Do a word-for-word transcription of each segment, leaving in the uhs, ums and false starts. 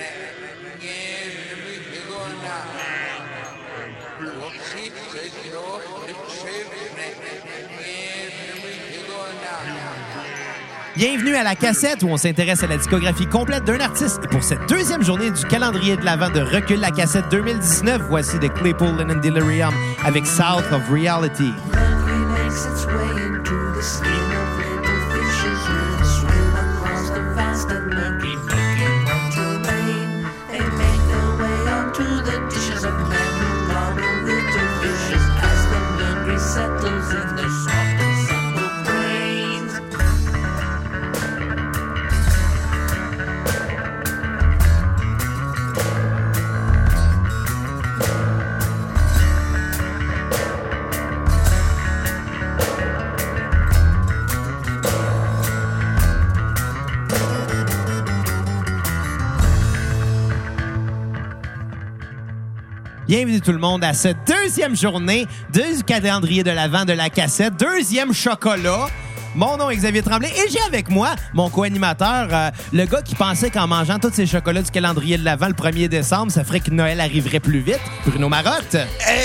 Bienvenue à La Cassette où on s'intéresse à la discographie complète d'un artiste. Et pour cette deuxième journée du calendrier de l'Avent de Recul La Cassette deux mille dix-neuf, voici The Claypool and Delirium avec South of Reality. Bienvenue tout le monde à cette deuxième journée du calendrier de l'Avent de La Cassette. Deuxième chocolat. Mon nom est Xavier Tremblay et j'ai avec moi mon co-animateur, euh, le gars qui pensait qu'en mangeant tous ces chocolats du calendrier de l'Avent le premier décembre, ça ferait que Noël arriverait plus vite. Bruno Marotte.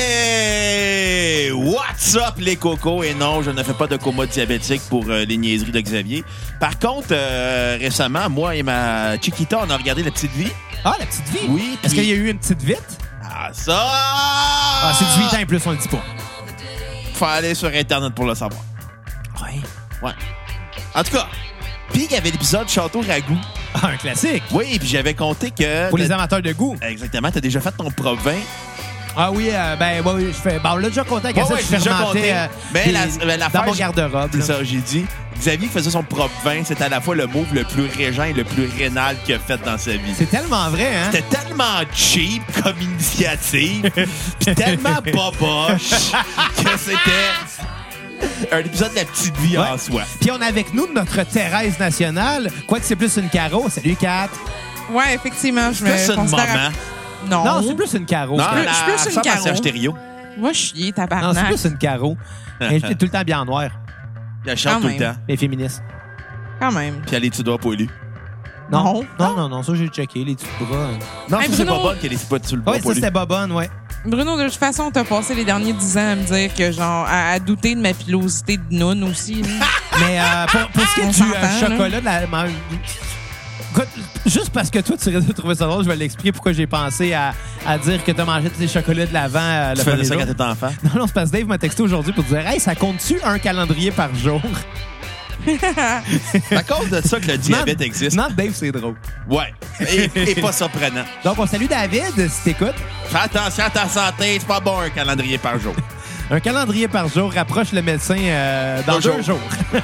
Hey! What's up les cocos? Et non, je ne fais pas de coma diabétique pour euh, les niaiseries de Xavier. Par contre, euh, récemment, moi et ma Chiquita, on a regardé La Petite Vie. Ah, La Petite Vie? Oui. Est-ce puis... qu'il y a eu une petite vite? Ah, ça! Ah, c'est dix-huit ans et plus, on le dit pas. Faut aller sur Internet pour le savoir. Ouais. Ouais. En tout cas, puis il y avait l'épisode Château Ragout. Ah, un classique. Oui, puis j'avais compté que... Pour les amateurs de goût. Exactement, t'as déjà fait ton propre vin. Ah oui, euh, ben oui, je fais. Ben, on l'a déjà compté à Ouais, cassette, ouais, je j'ai déjà fermentais, compté. euh, Mais des- la, mais l'affaire, dans mon j'ai- garde-robe. C'est là. ça, j'ai dit. Xavier faisait son propre vin. C'était à la fois le move le plus régent et le plus rénal qu'il a fait dans sa vie. C'est tellement vrai, hein? C'était tellement cheap comme initiative, puis tellement boboche que c'était un épisode de La Petite Vie Ouais. en soi. Puis on a avec nous notre Thérèse nationale. Quoique c'est plus une Caro. Salut, Kat. Ouais, effectivement, je me Plus une considère... maman. Non. Non, c'est plus une Caro. Non, plus- la- je suis plus une ressemble à Caro. Serge Thériault. Va chier, Non, c'est tabarnak. plus une Caro. Elle est tout le temps bien en noir. Elle chante Quand tout même. le temps. Les féministes. Quand même. Puis elle est tu doigts poilus. Non. Non. Non, non, non, ça j'ai checké, les petits bras. Non, Hey, ça, c'est Bruno. pas bonne qu'elle est pas sur le bas Ouais, ça poilu. c'était Bobonne, ouais. Bruno, de toute façon, t'as passé les derniers dix ans à me dire que, genre, à, à douter de ma pilosité de noun aussi. là. Mais euh, pour, pour ce qui est On du euh, s'entend, chocolat, de la, ma- Écoute, juste parce que toi, tu risques de trouver ça drôle, je vais l'expliquer pourquoi j'ai pensé à, à dire que t'as mangé tous les chocolats de l'Avent euh, le Tu faisais premier ça jour. quand t'étais enfant? Non, non, c'est parce que Dave m'a texté aujourd'hui pour dire « Hey, ça compte-tu un calendrier par jour? » C'est à cause de ça que le diabète existe. Non, Dave, c'est drôle. Ouais. Et, et pas surprenant. Donc, on salue David, si t'écoutes. Fais attention à ta santé, c'est pas bon un calendrier par jour. Un calendrier par jour rapproche le médecin euh, dans Deux deux jours. jours.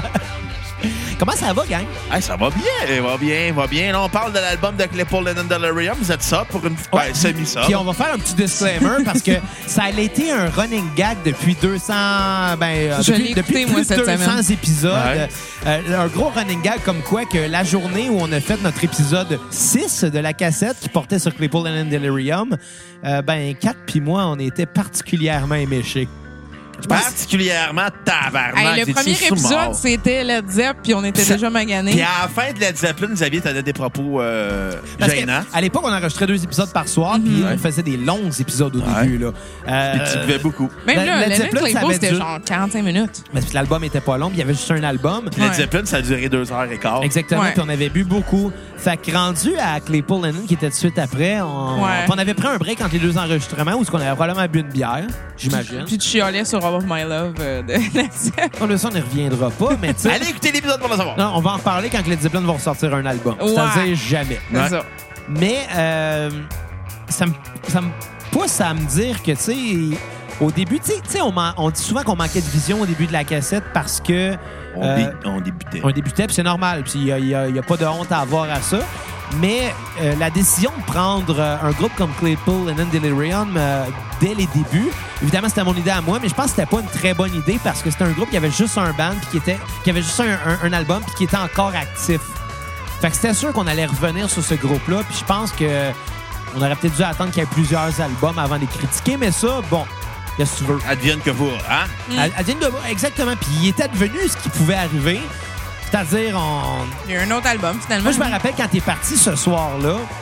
Comment ça va, gang? Hey, ça va bien, va bien, va bien. Là, on parle de l'album de Claypool and Delirium. Vous êtes ça pour une Ouais. ben, semi-ça. Puis on va faire un petit disclaimer parce que ça a été un running gag depuis deux cents... Ben, euh, Je depuis, l'ai depuis écouté, moi, plus de cette deux cents semaine. épisodes. Ouais. Euh, un gros running gag comme quoi que la journée où on a fait notre épisode six de La Cassette qui portait sur Claypool and Delirium, euh, ben, Kat puis moi, on était particulièrement éméchés. Je pense- Particulièrement tabarnak. Hey, le t'es-tu premier sous épisode, mort? c'était Led Zepp, puis on était Ça- déjà Puis maganés. à la fin de Led Zeppelin, Xavier, t'avais des propos euh, Parce que, gênants. à l'époque, on enregistrait deux épisodes par soir, puis on faisait des longs épisodes au Ouais. début. Là. Euh, Puis tu buvais beaucoup. Même Led- là, Led Led Zeppelin, ça Zeppelin, avait c'était dû- genre quarante-cinq minutes. mais puis l'album était pas long, puis il y avait juste un album. Led Ouais. Zeppelin, ça a duré deux heures et quart. Exactement, Ouais. puis on avait bu beaucoup. Fait que rendu à Claypool and qui était tout de suite après, on, Ouais. on avait pris un break entre les deux enregistrements où on avait probablement bu une bière, j'imagine. Puis tu chialais sur All of My Love euh, de Led Zepp. Comme ça, on n'y reviendra pas, mais tu sais. Allez écouter l'épisode pour le savoir. Non, on va en reparler quand les Zeppelin vont ressortir un album. Ouais. C'est-à-dire jamais. C'est Ouais. ça. Mais euh, ça, me, ça me pousse à me dire que, tu sais, au début, tu sais- tu sais, on, man- on dit souvent qu'on manquait de vision au début de la cassette parce que On, euh, dé- on débutait. on débutait, puis c'est normal. Puis il n'y a, il y a- il y a pas de honte à avoir à ça. Mais euh, la décision de prendre euh, un groupe comme Claypool and Delirium euh, dès les débuts, évidemment, c'était mon idée à moi, mais je pense que c'était pas une très bonne idée parce que c'était un groupe qui avait juste un band, puis qui, était, qui avait juste un, un- un album, puis qui était encore actif. Fait que c'était sûr qu'on allait revenir sur ce groupe-là, puis je pense que on aurait peut-être dû attendre qu'il y ait plusieurs albums avant de les critiquer, mais ça, bon, qu'est-ce que tu veux? Advienne que vous, hein? À- Advienne de- exactement. Puis il était devenu ce qui pouvait arriver. C'est-à-dire, on... Il y a un autre album, finalement. moi, je me rappelle quand t'es parti ce soir-là,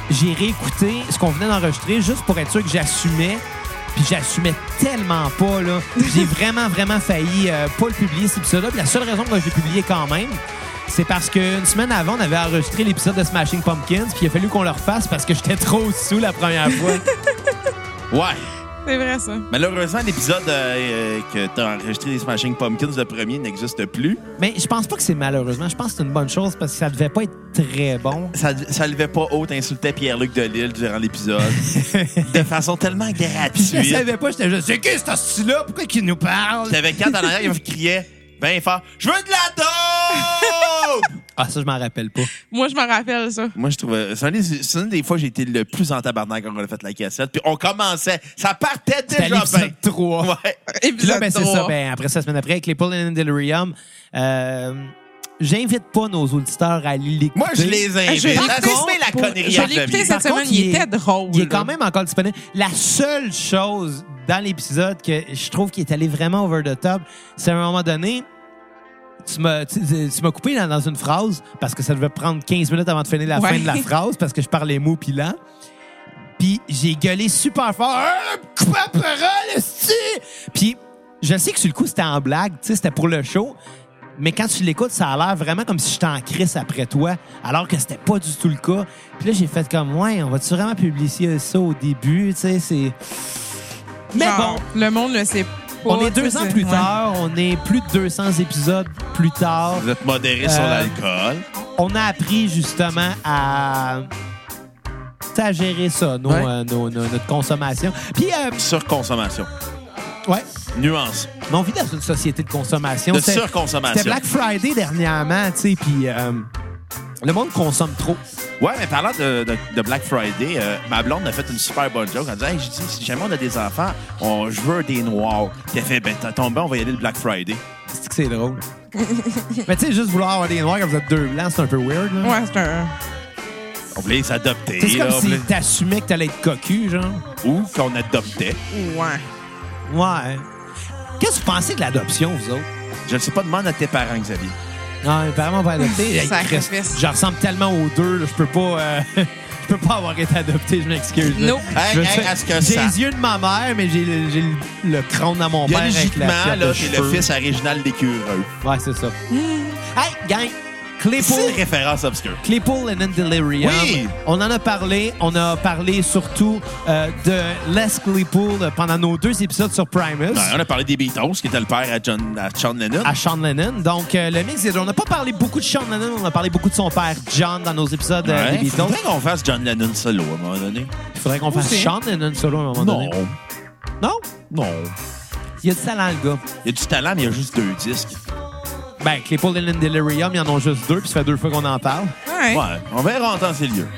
j'ai réécouté ce qu'on venait d'enregistrer juste pour être sûr que j'assumais. Puis j'assumais tellement pas, là. J'ai vraiment, vraiment failli euh, pas le publier, cet épisode-là. Puis la seule raison que je l'ai publié quand même, c'est parce qu'une semaine avant, on avait enregistré l'épisode de Smashing Pumpkins, puis il a fallu qu'on le refasse parce que j'étais trop sous la première fois. Ouais. C'est vrai, ça. Malheureusement, l'épisode euh, que tu as enregistré des Smashing Pumpkins, le premier, n'existe plus. Mais je pense pas que c'est malheureusement. Je pense que c'est une bonne chose parce que ça devait pas être très bon. Ça, ça levait pas haut, t'insultais Pierre-Luc Delisle durant l'épisode. de façon tellement gratuite. Je savais pas, j'étais juste, c'est qui ce style-là? Pourquoi qu'il nous parle? T'avais Kat en arrière, il criait bien fort, je veux de la dope! Ah, ça, je m'en rappelle pas. Moi, je m'en rappelle, ça. Moi, je trouvais. C'est une, des, c'est une des fois où j'ai été le plus en tabarnak quand on a fait la cassette. Puis on commençait. Ça partait déjà C'était l'épisode bien. trois. Ouais. Puis là, ben, c'est ça. Ben, après ça, la semaine après, avec Claypool and Delirium, euh, j'invite pas nos auditeurs à aller l'écouter. Moi, je les invite. Je l'ai Assumez écouté la pour- connerie Je à l'ai écouté Xavier. cette Par semaine, contre, il il est- était drôle. Il est quand là. même encore disponible. La seule chose dans l'épisode que je trouve qui est allé vraiment over the top, c'est à un moment donné, tu m'as, tu, tu m'as coupé dans, dans une phrase parce que ça devait prendre quinze minutes avant de finir la Ouais. fin de la phrase parce que je parlais mou pis lent. Puis j'ai gueulé super fort. Ah, coupe la parole, esti! Puis je sais que sur le coup, c'était en blague, tu sais, c'était pour le show. Mais quand tu l'écoutes, ça a l'air vraiment comme si j'étais en crise après toi, alors que c'était pas du tout le cas. Puis là, j'ai fait comme, ouais, on va-tu vraiment publier ça au début, tu sais, c'est... Mais Genre, bon, le monde le sait pas. on est tu deux sais, ans plus ouais. tard, on est plus de deux cents épisodes plus tard. Vous êtes modéré sur Euh, l'alcool. On a appris justement à, tu sais, à gérer ça, nos, Ouais. euh, nos- nos- notre consommation. Puis, euh, Surconsommation. ouais, Nuance. mais on vit dans une société de consommation. De C'était- surconsommation. C'était Black Friday dernièrement, tu sais, puis euh, le monde consomme trop. Ouais, mais parlant de, de, de Black Friday, euh, ma blonde a fait une super bonne joke. Elle dit, hey, j'ai dit, si jamais on a des enfants, on, je veux des noirs. Puis elle fait, ben, t'as tombé, on va y aller le Black Friday. C'est que c'est drôle. Mais tu sais, juste vouloir avoir des noirs quand vous êtes deux blancs, c'est un peu weird, là. Ouais, c'est un. On voulait les adopter. C'est comme là, on si voulait- t'assumais que t'allais être cocu, genre. Ou qu'on adoptait. Ouais. Ouais. Qu'est-ce que vous pensez de l'adoption, vous autres? Je ne sais pas, demande à tes parents, Xavier. Non, mes parents m'ont pas adopté. Hey, Sacrifice. Christ, je ressemble tellement aux deux, là, je peux pas... euh, je peux pas avoir été adopté, je m'excuse. là. Nope. Hey, Je veux hey, dire, à ce que j'ai ça- les yeux de ma mère, mais j'ai le, j'ai le- le crâne à mon père avec Biologiquement, la perte là, de t'es le cheveux. fils à Réginald Lécureux. Ouais, c'est ça. Hey, gang! Claypool, C'est une référence obscure. Claypool and Delirium. Oui. On en a parlé. On a parlé surtout euh, de Les Claypool pendant nos deux épisodes sur Primus. Ouais, on a parlé des Beatles, qui était le père à, John, à Sean Lennon. À Sean Lennon. Donc, euh, le mix, on n'a pas parlé beaucoup de Sean Lennon, on a parlé beaucoup de son père John dans nos épisodes euh, Ouais, des Beatles. faudrait qu'on fasse John Lennon solo à un moment donné. Il faudrait qu'on fasse Aussi. Sean Lennon solo à un moment donné. Non. Non? Non. Il y a du talent, le gars. Il y a du talent, mais il y a juste deux disques. Ben, Claypool and Delirium, ils en ont juste deux, puis ça fait deux fois qu'on en parle. Ouais. Ouais, on verra en temps, c'est lieu.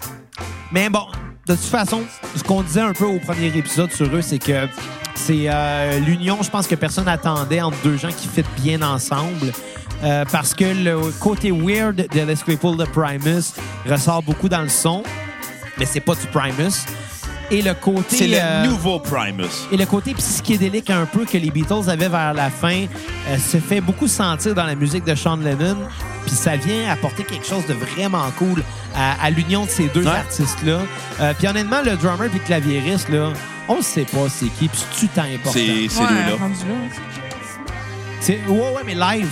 Mais bon, de toute façon, ce qu'on disait un peu au premier épisode sur eux, c'est que c'est euh, l'union, je pense que personne n'attendait entre deux gens qui fit bien ensemble. Euh, parce que le côté weird de Les Claypool de Primus ressort beaucoup dans le son, mais c'est pas du Primus. Et le côté... C'est le euh, nouveau Primus. Et le côté psychédélique un peu que les Beatles avaient vers la fin euh, se fait beaucoup sentir dans la musique de Sean Lennon. Puis ça vient apporter quelque chose de vraiment cool à, à l'union de ces deux Ouais. artistes-là. Euh, puis honnêtement, le drummer puis le claviériste, là, on ne sait pas c'est qui, puis c'est-tu tant important? C'est ces Ouais, deux-là. rendu là. C'est- Ouais, ouais, mais live.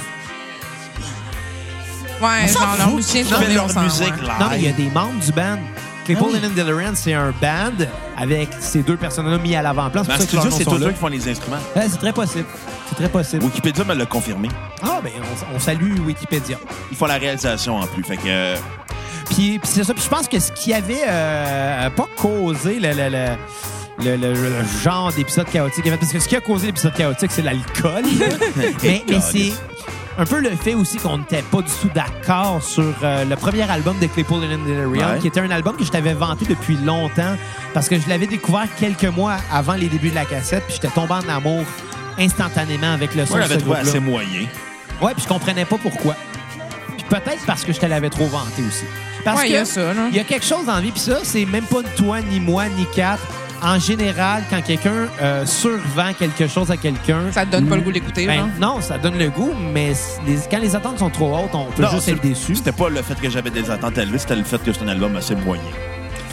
Ouais, s'en genre leur fout musicien qu'ils de font tournée, leur on s'en- musique ouais. live. Non, mais il y a des membres du band. Claypool Ah oui. and Delirium, c'est un band avec ces deux personnes-là mis à l'avant-plan. Dans le C'est pour ça que studio, leurs noms c'est sont tous là. eux qui font les instruments. Ouais, c'est très possible. C'est très possible. Wikipédia me l'a confirmé. Ah, ben, on, on salue Wikipédia. Ils font la réalisation en plus. Fait que. euh, Puis, puis c'est ça. Puis je pense que ce qui avait euh, pas causé le, le, le, le, le- le genre d'épisode chaotique, parce que ce qui a causé l'épisode chaotique, c'est l'alcool. là. mais mais c'est un peu le fait aussi qu'on n'était pas du tout d'accord sur euh, le premier album de Claypool and Delirium, Ouais. qui était un album que je t'avais vanté depuis longtemps, parce que je l'avais découvert quelques mois avant les débuts de la cassette, puis j'étais tombé en amour instantanément avec le son Moi, de ce j'avais trouvé groupe-là. assez moyen. Ouais, puis je comprenais pas pourquoi. Puis peut-être parce que je te l'avais trop vanté aussi. Parce Ouais, que il y a ça, là. il y a quelque chose dans la vie, puis ça, c'est même pas toi, ni moi, ni Kat. En général, quand quelqu'un euh, survend quelque chose à quelqu'un... Ça te donne pas le goût d'écouter, ben, genre. non, ça donne le goût, mais les- quand les attentes sont trop hautes, on peut juste c'est- être déçu. C'était pas le fait que j'avais des attentes élevées, c'était le fait que c'est un album assez moyen.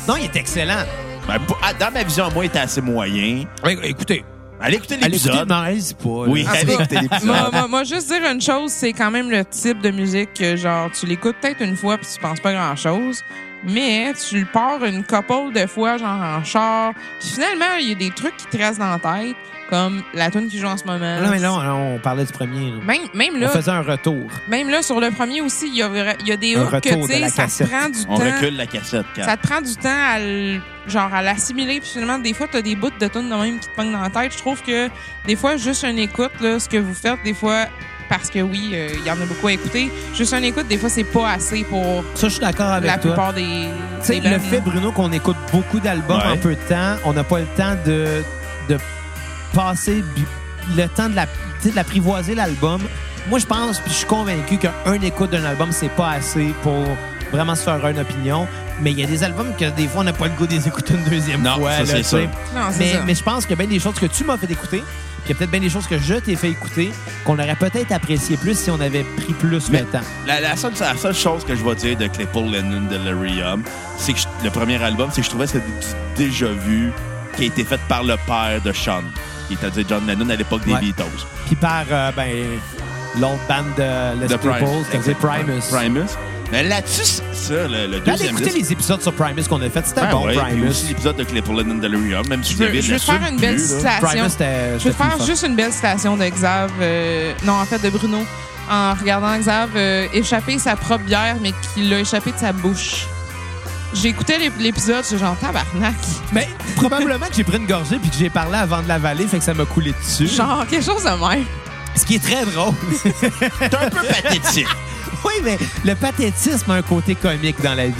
Non, il est excellent. Ben, dans ma vision, moi, il était assez moyen. Oui, écoutez. Allez écouter Allez écouter, l'épisode. non, allez-y pas. là. Oui, allez écouter l'épisode. Moi, moi, moi, juste dire une chose, c'est quand même le type de musique que, genre, tu l'écoutes peut-être une fois puis tu penses pas grand-chose, mais tu le pars une couple de fois, genre, en char, puis finalement, il y a des trucs qui te restent dans la tête, comme la tune qui joue en ce moment. Non, mais là, on, on parlait du premier. Là. Même, même On là, faisait un retour. même là, sur le premier aussi, il y a, vra- il y a des Un hooks que, retour tu de sais, la ça cassette. te prend du On temps. recule la cassette, Kat. Ça te prend du temps à, le- genre, à l'assimiler. Puis finalement, des fois, t'as des bouts de tunes de même qui te pognent dans la tête. Je trouve que des fois, juste une écoute, là, ce que vous faites, des fois, parce que oui, il euh, y en a beaucoup à écouter, juste une écoute, des fois, c'est pas assez pour Ça, je suis d'accord avec la toi. plupart des, Tu sais, des le bands, fait, là. Bruno, qu'on écoute beaucoup d'albums Ouais. en peu de temps, on n'a pas le temps de, de passer bi- le temps de la, tu sais, de l'apprivoiser l'album. Moi, je pense, puis je suis convaincu qu'un écoute d'un album, c'est pas assez pour vraiment se faire une opinion. Mais il y a des albums que des fois, on n'a pas le goût de les écouter une deuxième Non, fois. ça, là, c'est tu sais. ça. Non, c'est Mais, ça. mais je pense qu'il y a bien des choses que tu m'as fait écouter, puis il y a peut-être bien des choses que je t'ai fait écouter, qu'on aurait peut-être apprécié plus si on avait pris plus Mais- le temps. La, la, seule, la seule chose que je vais dire de Claypool Lennon Delirium, c'est que je- le premier album, c'est que je trouvais que c'était du déjà vu qui a été fait par le père de Sean, qui était dit John Lennon à l'époque des Ouais. Beatles. Puis par, euh, ben, l'autre band de Les De Prime- People, c'était Exactement. Primus. Primus. Mais là-dessus, ça, le, le Allez deuxième écouter disque... les épisodes sur Primus qu'on a fait. C'était Ah bon, ouais, puis Primus. aussi l'épisode de Claypool Lennon Delirium, même si Je veux, David je veux te l'assume faire une belle plus, là. citation. Primus, c'était. Je veux c'était te faire plus fun. juste une belle citation de Xav, euh, non, en fait, de Bruno, en regardant Xav euh, échapper sa propre bière, mais qu'il l'a échappé de sa bouche. J'ai écouté l'ép- l'épisode, j'étais genre tabarnak. Mais probablement que j'ai pris une gorgée puis que j'ai parlé avant de l'avaler, fait que ça m'a coulé dessus. Genre, quelque chose de même. Ce qui est très drôle. C'est un peu pathétique. Oui, mais le pathétisme a un côté comique dans la vie.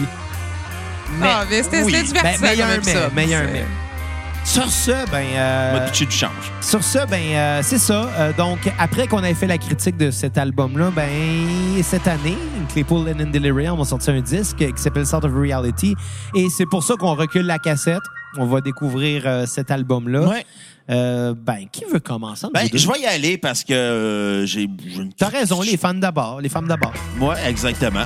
Mais, ah, mais c'était oui. c'était divertissant. Ben, mais il y a comme un mais, épisode. mais il y a un C'est- mais. Sur ce, ben. euh, On va pitcher du change. Sur ce, ben, euh, c'est ça. Euh, donc, après qu'on ait fait la critique de cet album-là, ben, cette année, Claypool Lennon Delirium ont sorti un disque qui s'appelle Sort of Reality. Et c'est pour ça qu'on recule la cassette. On va découvrir euh, cet album-là. Ouais. Euh, ben, qui veut commencer? entre Ben, vous deux? je vais y aller parce que euh, j'ai... j'ai une- T'as raison, les fans d'abord. Les femmes d'abord. Moi, exactement.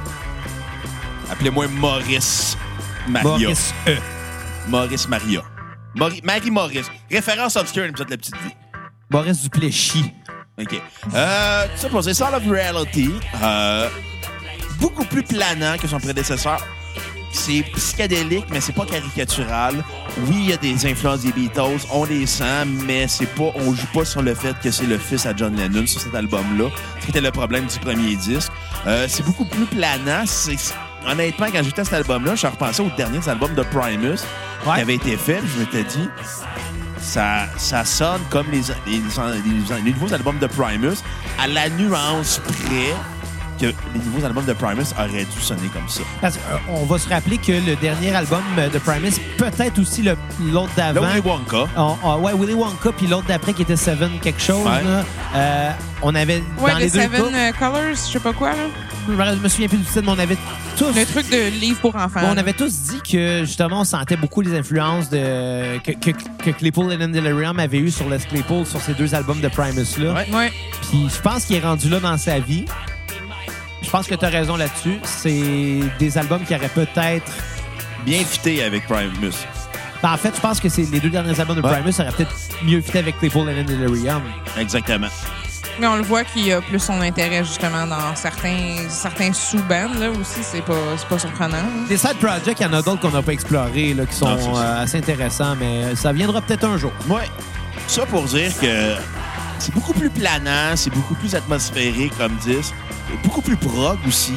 Appelez-moi Maurice Maria. Maurice E. Maurice Maria. Mari- Marie-Maurice. Référence obscure à l'épisode de La Petite Vie. Maurice Duplessis. OK. Euh, ça pour dire Sort of Reality, euh, beaucoup plus planant que son prédécesseur. C'est psychédélique, mais c'est pas caricatural. Oui, il y a des influences des Beatles, on les sent, mais c'est pas, on joue pas sur le fait que c'est le fils à John Lennon sur cet album-là, ce qui était le problème du premier disque. Euh, c'est beaucoup plus planant. C'est, c'est- honnêtement, quand j'écoutais cet album-là, je repensais aux derniers albums de Primus Ouais. qui avaient été faits, puis je m'étais dit, ça, ça sonne comme les, les, les- les nouveaux albums de Primus, à la nuance près que les nouveaux albums de Primus auraient dû sonner comme ça. Parce qu'on va se rappeler que le dernier album de Primus, peut-être aussi le- l'autre d'avant. Là, Willy Wonka. On- on- ouais, Willy Wonka, puis l'autre d'après qui était Seven quelque chose. Ouais. Là, euh, on avait Ouais, dans les les deux Seven cas, euh, Colors, je sais pas quoi, là. je me souviens plus du titre, mais on avait tous, Le truc de livre pour enfants. on avait tous dit que justement on sentait beaucoup les influences de que, que, que Claypool Lennon Delirium avait eu sur Les Claypool sur ces deux albums de Primus là. Ouais. Ouais. Puis je pense qu'il est rendu là dans sa vie. Je pense que tu as raison là-dessus. C'est des albums qui auraient peut-être. Bien fité avec Primus. Ben, en fait, je pense que c'est les deux derniers albums de Ouais. Primus auraient peut-être mieux fité avec Claypool Lennon Delirium. Exactement. Mais on le voit qu'il a plus son intérêt, justement, dans certains, certains sous-bands, là, aussi. C'est pas, c'est pas surprenant. hein. Des side projects, il y en a d'autres qu'on n'a pas explorés, là, qui sont Non, c'est ça. euh, assez intéressants, mais ça viendra peut-être un jour. Ouais. Ça pour dire que c'est beaucoup plus planant, c'est beaucoup plus atmosphérique comme disque, beaucoup plus prog aussi.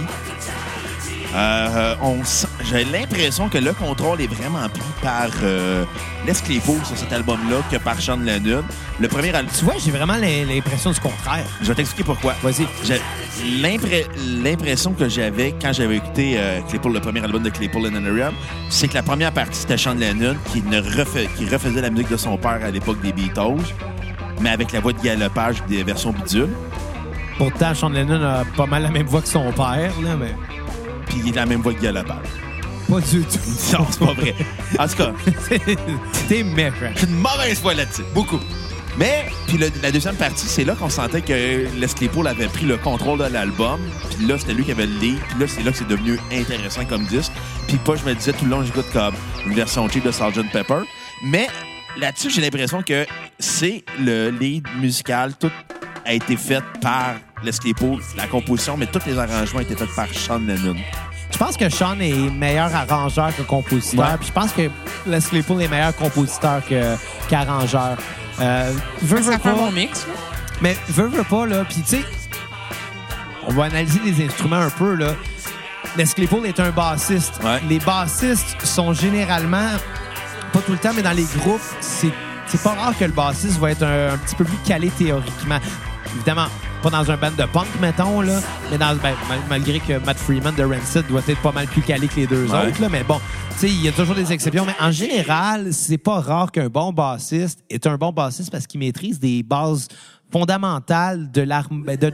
Euh, on sent- j'ai l'impression que le contrôle est vraiment pris par euh, Les Claypool sur cet album-là que par Sean Lennon. Le premier album, Tu vois, j'ai vraiment l'im- l'impression du contraire. je vais t'expliquer pourquoi. Vas-y. J'ai l'impre- l'impression que j'avais quand j'avais écouté euh, Claypool, le premier album de Claypool Lennon Delirium, c'est que la première partie, c'était Sean Lennon qui, ne refait, qui refaisait la musique de son père à l'époque des Beatles, mais avec la voix de galopage des versions bidules. Pourtant, Sean Lennon a pas mal la même voix que son père, là, mais Puis il est la même voix de galopage. pas du tout. Non, c'est pas vrai. En tout cas, T'es méchant. j'ai une mauvaise voix là-dessus. Beaucoup. Mais, puis le- la deuxième partie, c'est là qu'on sentait que Les Claypool avait pris le contrôle de l'album. Puis là, c'était lui qui avait le lead. Puis là, c'est là que c'est devenu intéressant comme disque. Puis pas, je me disais tout le long, j'écoute comme une version cheap de sergeant Pepper. Mais là-dessus, j'ai l'impression que c'est le lead musical. Tout a été fait par Les Claypool, la composition, mais tous les arrangements ont été faits par Sean Lennon. Je pense que Sean est meilleur arrangeur que compositeur. Ouais. Puis je pense que Les Claypool est meilleur compositeur que, qu'arrangeur. Euh, veux, veux Ça fait un pas, bon mix. Là. mais veux, veux pas, là. Puis tu sais, on va analyser les instruments un peu, là. Les Claypool est un bassiste. Ouais. Les bassistes sont généralement, pas tout le temps, mais dans les groupes, c'est, c'est pas rare que le bassiste va être un, un petit peu plus calé théoriquement. Évidemment, pas dans un band de punk, mettons, là, mais dans, ben, mal- malgré que Matt Freeman de Rancid doit être pas mal plus calé que les deux Ouais. autres. Là, mais bon, tu sais, il y a toujours des exceptions. Mais en général, c'est pas rare qu'un bon bassiste est un bon bassiste parce qu'il maîtrise des bases fondamentales de, l'arme, de, de,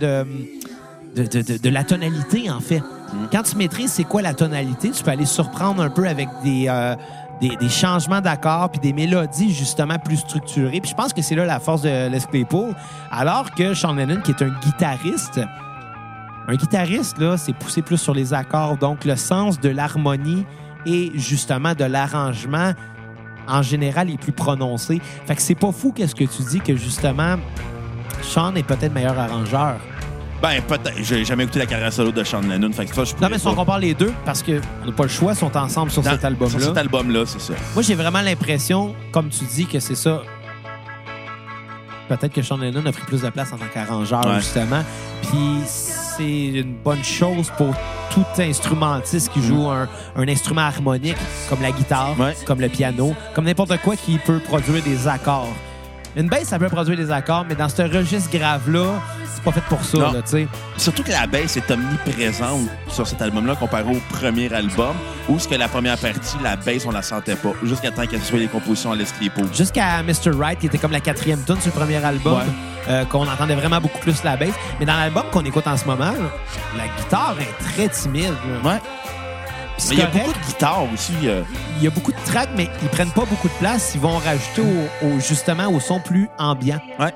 de, de, de- de la tonalité, en fait. Quand tu maîtrises c'est quoi la tonalité, tu peux aller surprendre un peu avec des... euh, Des, des changements d'accords puis des mélodies justement plus structurées. Puis je pense que c'est là la force de Les Claypool. Alors que Sean Lennon, qui est un guitariste, un guitariste, là, c'est poussé plus sur les accords. Donc, le sens de l'harmonie et justement de l'arrangement, en général, est plus prononcé. Fait que c'est pas fou qu'est-ce que tu dis que justement, Sean est peut-être meilleur arrangeur. Ben, peut-être. J'ai jamais écouté la carrière solo de Sean Lennon. Fait que ça, je Non, pourrais mais si on pas- compare les deux, parce qu'on n'a pas le choix, ils sont ensemble sur Dans- cet album-là. Sur cet album-là, c'est ça. Moi, j'ai vraiment l'impression, comme tu dis, que c'est ça. Peut-être que Sean Lennon a pris plus de place en tant qu'arrangeur, Ouais. justement. Puis c'est une bonne chose pour tout instrumentiste qui joue un, un instrument harmonique, comme la guitare, Ouais. comme le piano, comme n'importe quoi qui peut produire des accords. Une bass, ça peut produire des accords, mais dans ce registre grave-là, c'est pas fait pour ça, Non. là, tu sais. Surtout que la bass est omniprésente sur cet album-là comparé au premier album, où ce que la première partie, la bass, on la sentait pas, jusqu'à temps qu'elle soit les compositions à Les Claypool. Jusqu'à mister Right, qui était comme la quatrième tune sur le premier album, Ouais. euh, qu'on entendait vraiment beaucoup plus la bass. Mais dans l'album qu'on écoute en ce moment, là, la guitare est très timide. là. Ouais. Puis Mais il y a c'est correct. beaucoup de guitares aussi. euh, Il y a beaucoup de tracks, mais ils prennent pas beaucoup de place. Ils vont rajouter au, au- justement au son plus ambiant. Ouais.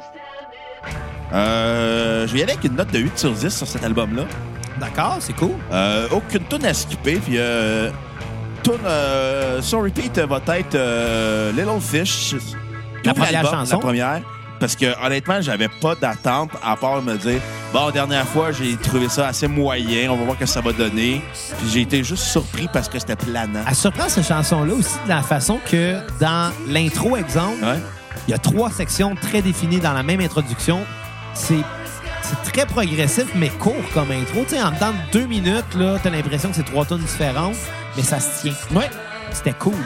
Euh, je vais y aller avec une note de huit sur dix sur cet album-là. D'accord, c'est cool. Euh, aucune tune à skipper. Puis, euh, tune euh, sur repeat euh, va être euh, Little Fish. La Tout première l'album, chanson? La première. Parce que, honnêtement, j'avais pas d'attente à part me dire, bon, dernière fois, j'ai trouvé ça assez moyen. On va voir ce que ça va donner. Puis, j'ai été juste surpris parce que c'était planant. Elle surprend cette chanson-là aussi de la façon que dans l'intro, exemple, Ouais. il y a trois sections très définies dans la même introduction. C'est c'est très progressif, mais court comme intro. Tu sais, en dedans de deux minutes, là, t'as l'impression que c'est trois tonnes différentes, mais ça se tient. Ouais. C'était cool.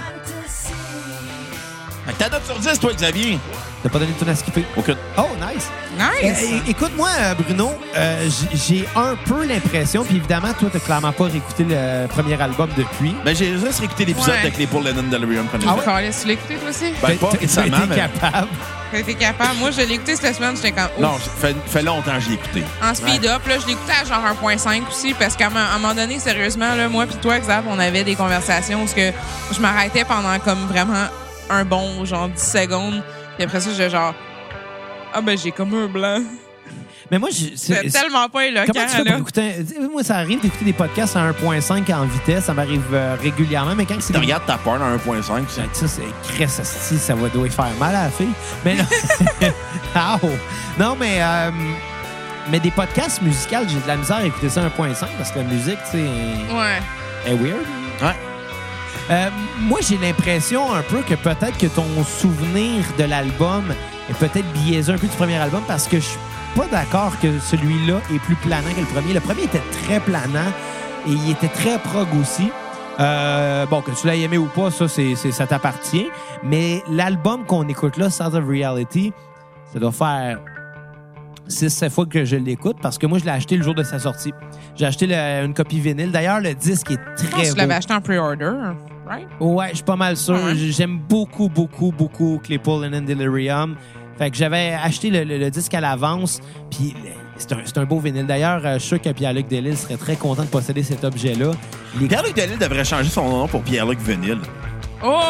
Fait que ta note sur dix, toi, Xavier? T'as pas donné de tune à skipper. Aucune. Oh, nice! Nice! Euh, é- Écoute-moi, euh, Bruno, euh, j- j'ai un peu l'impression, puis évidemment, toi, t'as clairement pas réécouté le premier album depuis. Ben, j'ai juste réécouté l'épisode Ouais. de Claypool Lennon Delirium. Ah Ah ouais? Tu l'as écouté, toi aussi? Ben, pas T'as- t'as récemment, été mais... capable. T'as été capable. Moi, je l'ai écouté cette semaine, j'étais comme... ouf. Non, ça fait, fait longtemps que je l'ai écouté. En speed-up, là, je l'écoutais à genre un point cinq aussi, parce qu'à un à un moment donné, sérieusement, là, moi puis toi, Xav, on avait des conversations où ce que je m'arrêtais pendant comme vraiment un bon, genre dix secondes. Puis après ça, j'ai genre... Ah ben, j'ai comme un blanc. Mais moi, je- c'est- C'est tellement pas éloquent, comment tu fais là. pour écouter... un- Moi, ça arrive d'écouter des podcasts à un point cinq en vitesse. Ça m'arrive euh, régulièrement, mais quand c'est... Tu des- regardes ta porn à un point cinq, ça. Ça, c'est cresse, asti, ça va doit faire mal à la fille. Mais non. Ow! Non, mais, euh, mais des podcasts musicaux, j'ai de la misère à écouter ça à un point cinq parce que la musique, tu sais, est, Ouais. est weird. Ouais. Euh, moi, j'ai l'impression un peu que peut-être que ton souvenir de l'album est peut-être biaisé un peu du premier album parce que je suis pas d'accord que celui-là est plus planant que le premier. Le premier était très planant et il était très prog aussi. Euh, bon, que tu l'as aimé ou pas, ça, c'est, c'est- ça t'appartient. Mais l'album qu'on écoute là, Sounds of Reality, ça doit faire six sept fois que je l'écoute parce que moi, je l'ai acheté le jour de sa sortie. J'ai acheté le- une copie vinyle. D'ailleurs, le disque est Je pense très que tu beau. l'avais acheté en pre-order, right? Ouais, je suis pas mal sûr. Ouais. J'aime beaucoup, beaucoup, beaucoup Claypool and Delirium. Fait que j'avais acheté le, le- le disque à l'avance, puis le- c'est un, c'est un beau vinyle. D'ailleurs, euh, je suis sûr que Pierre-Luc Delisle serait très content de posséder cet objet-là. Les- Pierre-Luc Delisle devrait changer son nom pour Pierre-Luc Venille. Oh!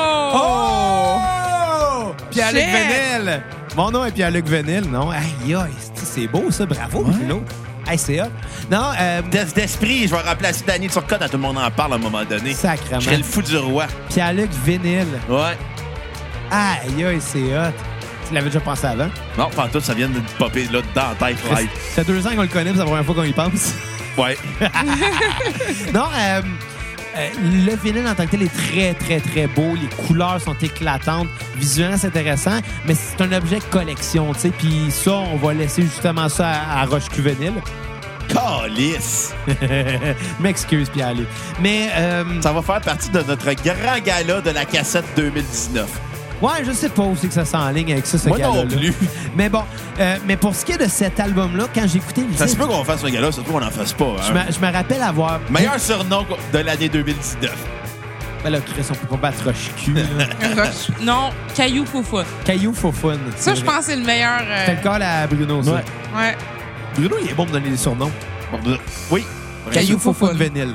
Oh! Pierre-Luc Shit! Venille! Mon nom est Pierre-Luc Venille, non? Aïe, aïe, c'est- c'est beau, ça. Bravo, Bruno. Hey, c'est hot. Non, euh, Test d'esprit, je vais remplacer Danny Turcotte, à tout le monde en parle à un moment donné. sacrément. Je serais le fou du roi. Pierre-Luc Vinyle. Ouais. Aïe, aïe, c'est hot. Tu l'avais déjà pensé avant? Non, pantoute, ça vient de popper là dans la tête. Right. Ça fait deux ans qu'on le connaît, c'est la première fois qu'on y pense. Ouais. Non, euh, euh, le vinyle en tant que tel est très, très, très beau. Les couleurs sont éclatantes. Visuellement, c'est intéressant, mais c'est un objet de collection, tu sais. Puis ça, on va laisser justement ça à, à Roche-Cuvenil. Calice! M'excuse, Pierre-Luc. Mais, euh, Ça va faire partie de notre grand gala de la cassette deux mille dix-neuf. ouais, je sais pas où c'est que ça s'enligne avec ça, ce Moi gars-là. non plus. Mais bon, euh, mais pour ce qui est de cet album-là, quand j'ai écouté le Ça se disque, peut qu'on fasse un gala, ça se peut qu'on n'en fasse pas. je Hein? me, je me rappelle avoir... Meilleur surnom de l'année deux mille dix-neuf. Ben là, Chris, on peut pas battre Roche-Cul. là. Roche- non, Caillou Foufoune. Caillou Foufoune. Ça, c'est je vrai. pense que c'est le meilleur. euh, C'était le cas à Bruno, ça. Ouais. Ouais. Bruno, il est bon de donner des surnoms. Oui. Caillou Foufoune Foufoune. Vinyle.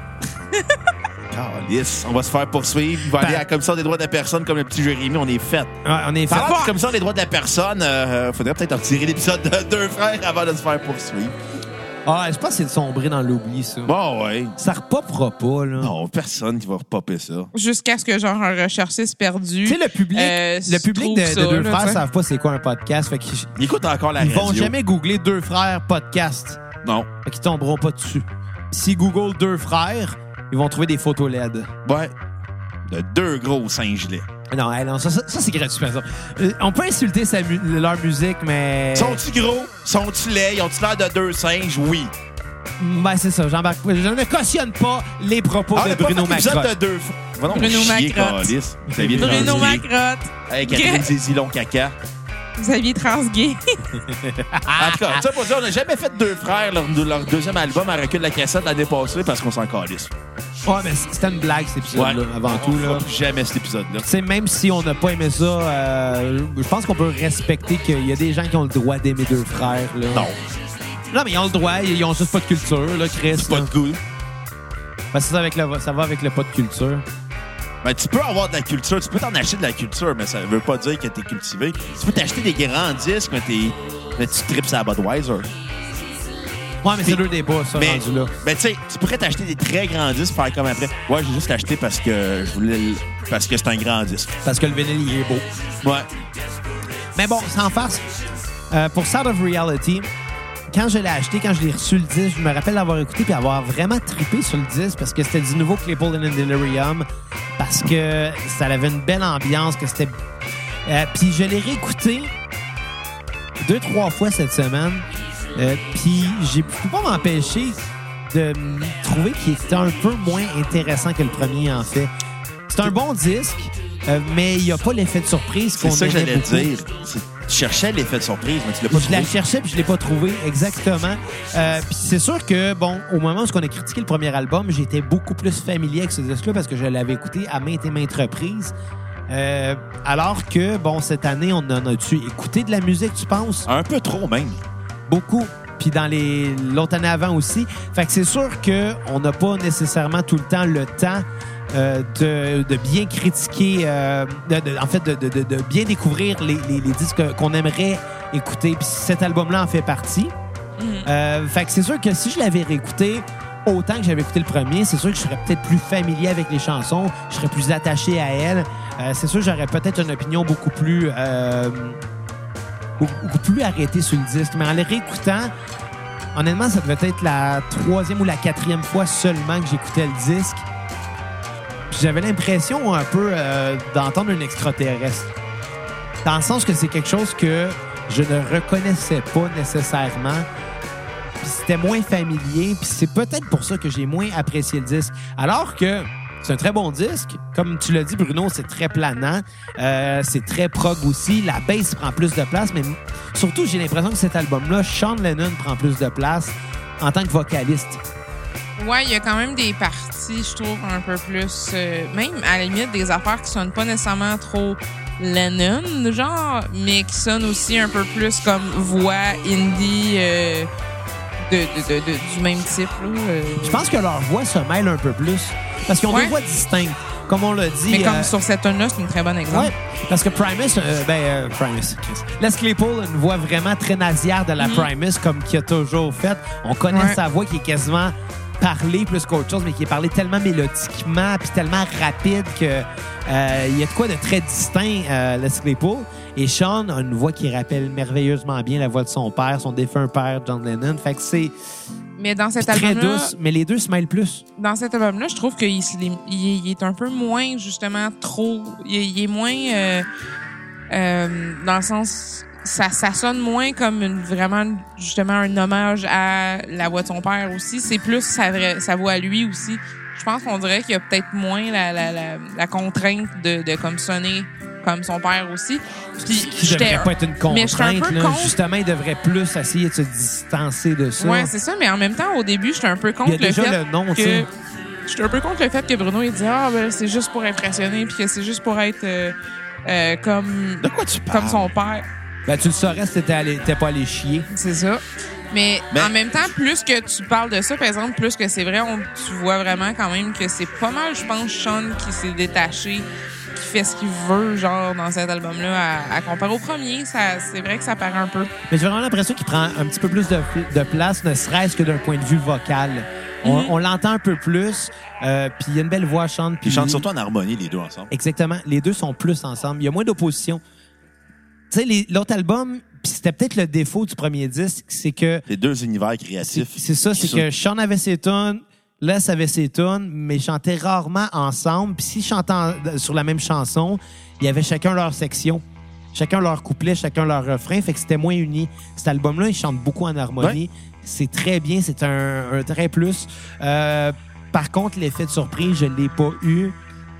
Calice. On va se faire poursuivre. Il va aller à la commission des droits de la personne comme le petit Jérémy. On est fait. Ouais, on est fait. Parlant de la commission des droits de la personne, euh, faudrait peut-être en retirer l'épisode de Deux Frères avant de se faire poursuivre. Ah, je pense que c'est de sombrer dans l'oubli, ça. Bon, ouais. Ça repopera pas, là. Non, personne qui va repopper ça. Jusqu'à ce que, genre, un recherchiste perdu. Tu sais, le public, euh, le public trouve de, de ça, Deux là, Frères tu sais. savent pas c'est quoi un podcast. Fait qu'ils Ils écoutent encore la ils radio. vont jamais googler Deux Frères podcast. Non. Fait qu'ils tomberont pas dessus. S'ils googlent Deux Frères, ils vont trouver des photos L E D. Ouais. De deux gros singes laids. Non, hey, non, ça, ça, ça, c'est gratuit, par exemple. Euh, on peut insulter sa mu- leur musique, mais... Sont-ils gros? Sont-ils laids? Ils ont-ils l'air de deux singes? Oui. Ben, c'est ça, j'embarque pas. Je ne cautionne pas les propos Ah, on de a pas Bruno fait l'épisode Macrotte. de deux fois. Va donc Bruno chier, Macrotte. calice. Xavier Bruno Transgay. Macrotte. Hey, Catherine Zézilon caca. Xavier Transgay. En tout cas, ça pour dire, on n'a jamais fait Deux Frères, leur, leur deuxième album à recul de la cassette l'année passée parce qu'on s'en calisse. Ouais, mais c'était une blague, cet épisode-là, avant tout, On là. fera plus jamais cet épisode-là. Tu sais, même si on n'a pas aimé ça, euh, je pense qu'on peut respecter qu'il y a des gens qui ont le droit d'aimer Deux Frères, là. Non. Non, mais ils ont le droit, ils ont juste pas de culture, là, Chris. C'est pas là. de goût. Ben, c'est ça, avec le, ça va avec le pas de culture. Ben, tu peux avoir de la culture, tu peux t'en acheter de la culture, mais ça veut pas dire que t'es cultivé. Tu peux t'acheter des grands disques, mais, t'es, mais tu tripes à Budweiser. Ouais, mais c'est deux débats, ça, Mais, rendu là. ben, tu sais, tu pourrais t'acheter des très grands disques, faire comme après. Ouais, j'ai juste acheté parce que je voulais, le- parce que c'est un grand disque. Parce que le vinyle, il est beau. Ouais. Mais bon, sans farce, euh, pour Sound of Reality, quand je l'ai acheté, quand je l'ai reçu le disque, je me rappelle l'avoir écouté puis avoir vraiment trippé sur le disque parce que c'était du nouveau Claypool and Delirium, parce que ça avait une belle ambiance, que c'était... Euh, puis je l'ai réécouté deux, trois fois cette semaine. Euh, puis j'ai pu pas m'empêcher de me trouver qu'il était un peu moins intéressant que le premier, en fait. C'est un bon disque, euh, mais il n'y a pas l'effet de surprise qu'on C'est ça que aimait j'allais beaucoup. dire. C'est- Tu cherchais l'effet de surprise, mais tu l'as pas Je la trouvé. cherchais puis je l'ai pas trouvé exactement. Euh, puis c'est sûr que bon, au moment où on a critiqué le premier album, j'étais beaucoup plus familier avec ce disque-là parce que je l'avais écouté à maintes et maintes reprises. Euh, alors que bon, cette année, on en a-tu écouté de la musique, tu penses? Un peu trop, même. Beaucoup. Puis dans les l'autre année avant aussi. Fait que c'est sûr que on n'a pas nécessairement tout le temps le temps euh, de, de bien critiquer, euh, de, de- en fait, de, de- de- de bien découvrir les, les- les disques qu'on aimerait écouter. Puis cet album-là en fait partie. Euh, fait que c'est sûr que si je l'avais réécouté autant que j'avais écouté le premier, c'est sûr que je serais peut-être plus familier avec les chansons, je serais plus attaché à elles. Euh, c'est sûr que j'aurais peut-être une opinion beaucoup plus... euh, beaucoup beaucoup plus arrêtée sur le disque. Mais en les réécoutant, honnêtement, ça devait être la troisième ou la quatrième fois seulement que j'écoutais le disque. Puis j'avais l'impression un peu euh, d'entendre un extraterrestre. Dans le sens que c'est quelque chose que je ne reconnaissais pas nécessairement. Puis c'était moins familier. Puis c'est peut-être pour ça que j'ai moins apprécié le disque. Alors que c'est un très bon disque. Comme tu l'as dit, Bruno, c'est très planant. Euh, c'est très prog aussi. La bass prend plus de place. Mais surtout, j'ai l'impression que cet album-là, Sean Lennon prend plus de place en tant que vocaliste. Ouais, il y a quand même des parties, je trouve, un peu plus... euh, même, à la limite, des affaires qui sonnent pas nécessairement trop Lennon, genre, mais qui sonnent aussi un peu plus comme voix indie euh, de, de, de, de- du même type. Là, euh. Je pense que leur voix se mêle un peu plus. Parce qu'ils ont Ouais. deux voix distinctes. comme on l'a dit... Mais comme euh, sur cette tune-là, c'est une très bonne exemple. Ouais, parce que Primus, euh, ben, euh, Primus, Chris. Les Claypool a une voix vraiment très nasillarde de la Mhm. Primus, comme qu'il a toujours fait. On connaît Ouais. sa voix qui est quasiment parlée plus qu'autre chose, mais qui est parlée tellement mélodiquement puis tellement rapide que euh, il y a de quoi de très distinct, euh, Les Claypool. Et Sean a une voix qui rappelle merveilleusement bien la voix de son père, son défunt père, John Lennon. Fait que c'est Mais dans cet très album-là, douce, mais les deux se mêlent plus. dans cet album-là, je trouve qu'il se lim- il, il est un peu moins, justement, trop... Il, il est moins... euh, euh, dans le sens... Ça, ça sonne moins comme une, vraiment, justement, un hommage à la voix de son père aussi. C'est plus sa, vraie- sa voix à lui aussi. Je pense qu'on dirait qu'il y a peut-être moins la, la, la, la contrainte de, de comme sonner comme son père aussi. Puis, Qui j'étais- devrait pas être une mais j'étais un contrainte. peu Là. contre- Justement, il devrait plus essayer de se distancer de ça. Ouais, c'est ça, mais en même temps, au début, j'étais un peu il y contre a le déjà fait le nom, tu que... sais. J'étais un peu contre le fait que Bruno, il dit « Ah, ben, c'est juste pour impressionner, puis que c'est juste pour être euh, euh, comme, De quoi tu parles? comme son père. Ben, tu le saurais si t'étais allé- t'étais pas allé chier. » C'est ça. Mais, Mais- en même temps, plus que tu parles de ça, par exemple, plus que c'est vrai, on, tu vois vraiment quand même que c'est pas mal, je pense, Sean qui s'est détaché, qui fait ce qu'il veut, genre, dans cet album-là, à, à comparer au premier. Ça, c'est vrai que ça paraît un peu. Mais j'ai vraiment l'impression qu'il prend un petit peu plus de, de place, ne serait-ce que d'un point de vue vocal. On, Mhm. on l'entend un peu plus, euh, puis il y a une belle voix chante. Ils chantent surtout en harmonie, les deux ensemble. Exactement. Les deux sont plus ensemble. Il y a moins d'opposition. Tu sais, les- l'autre album, puis c'était peut-être le défaut du premier disque, c'est que... Les deux univers C'est créatifs. c'est ça, c'est Ça. que Sean avait ses tunes, Les avait ses tunes, mais ils chantaient rarement ensemble. Puis s'ils chantaient en- sur la même chanson, il y avait chacun leur section. Chacun leur couplet, chacun leur refrain. Fait que c'était moins uni. Cet album-là, ils chantent beaucoup en harmonie. C'est très bien, c'est un, un très plus. Euh, par contre, l'effet de surprise, je l'ai pas eu.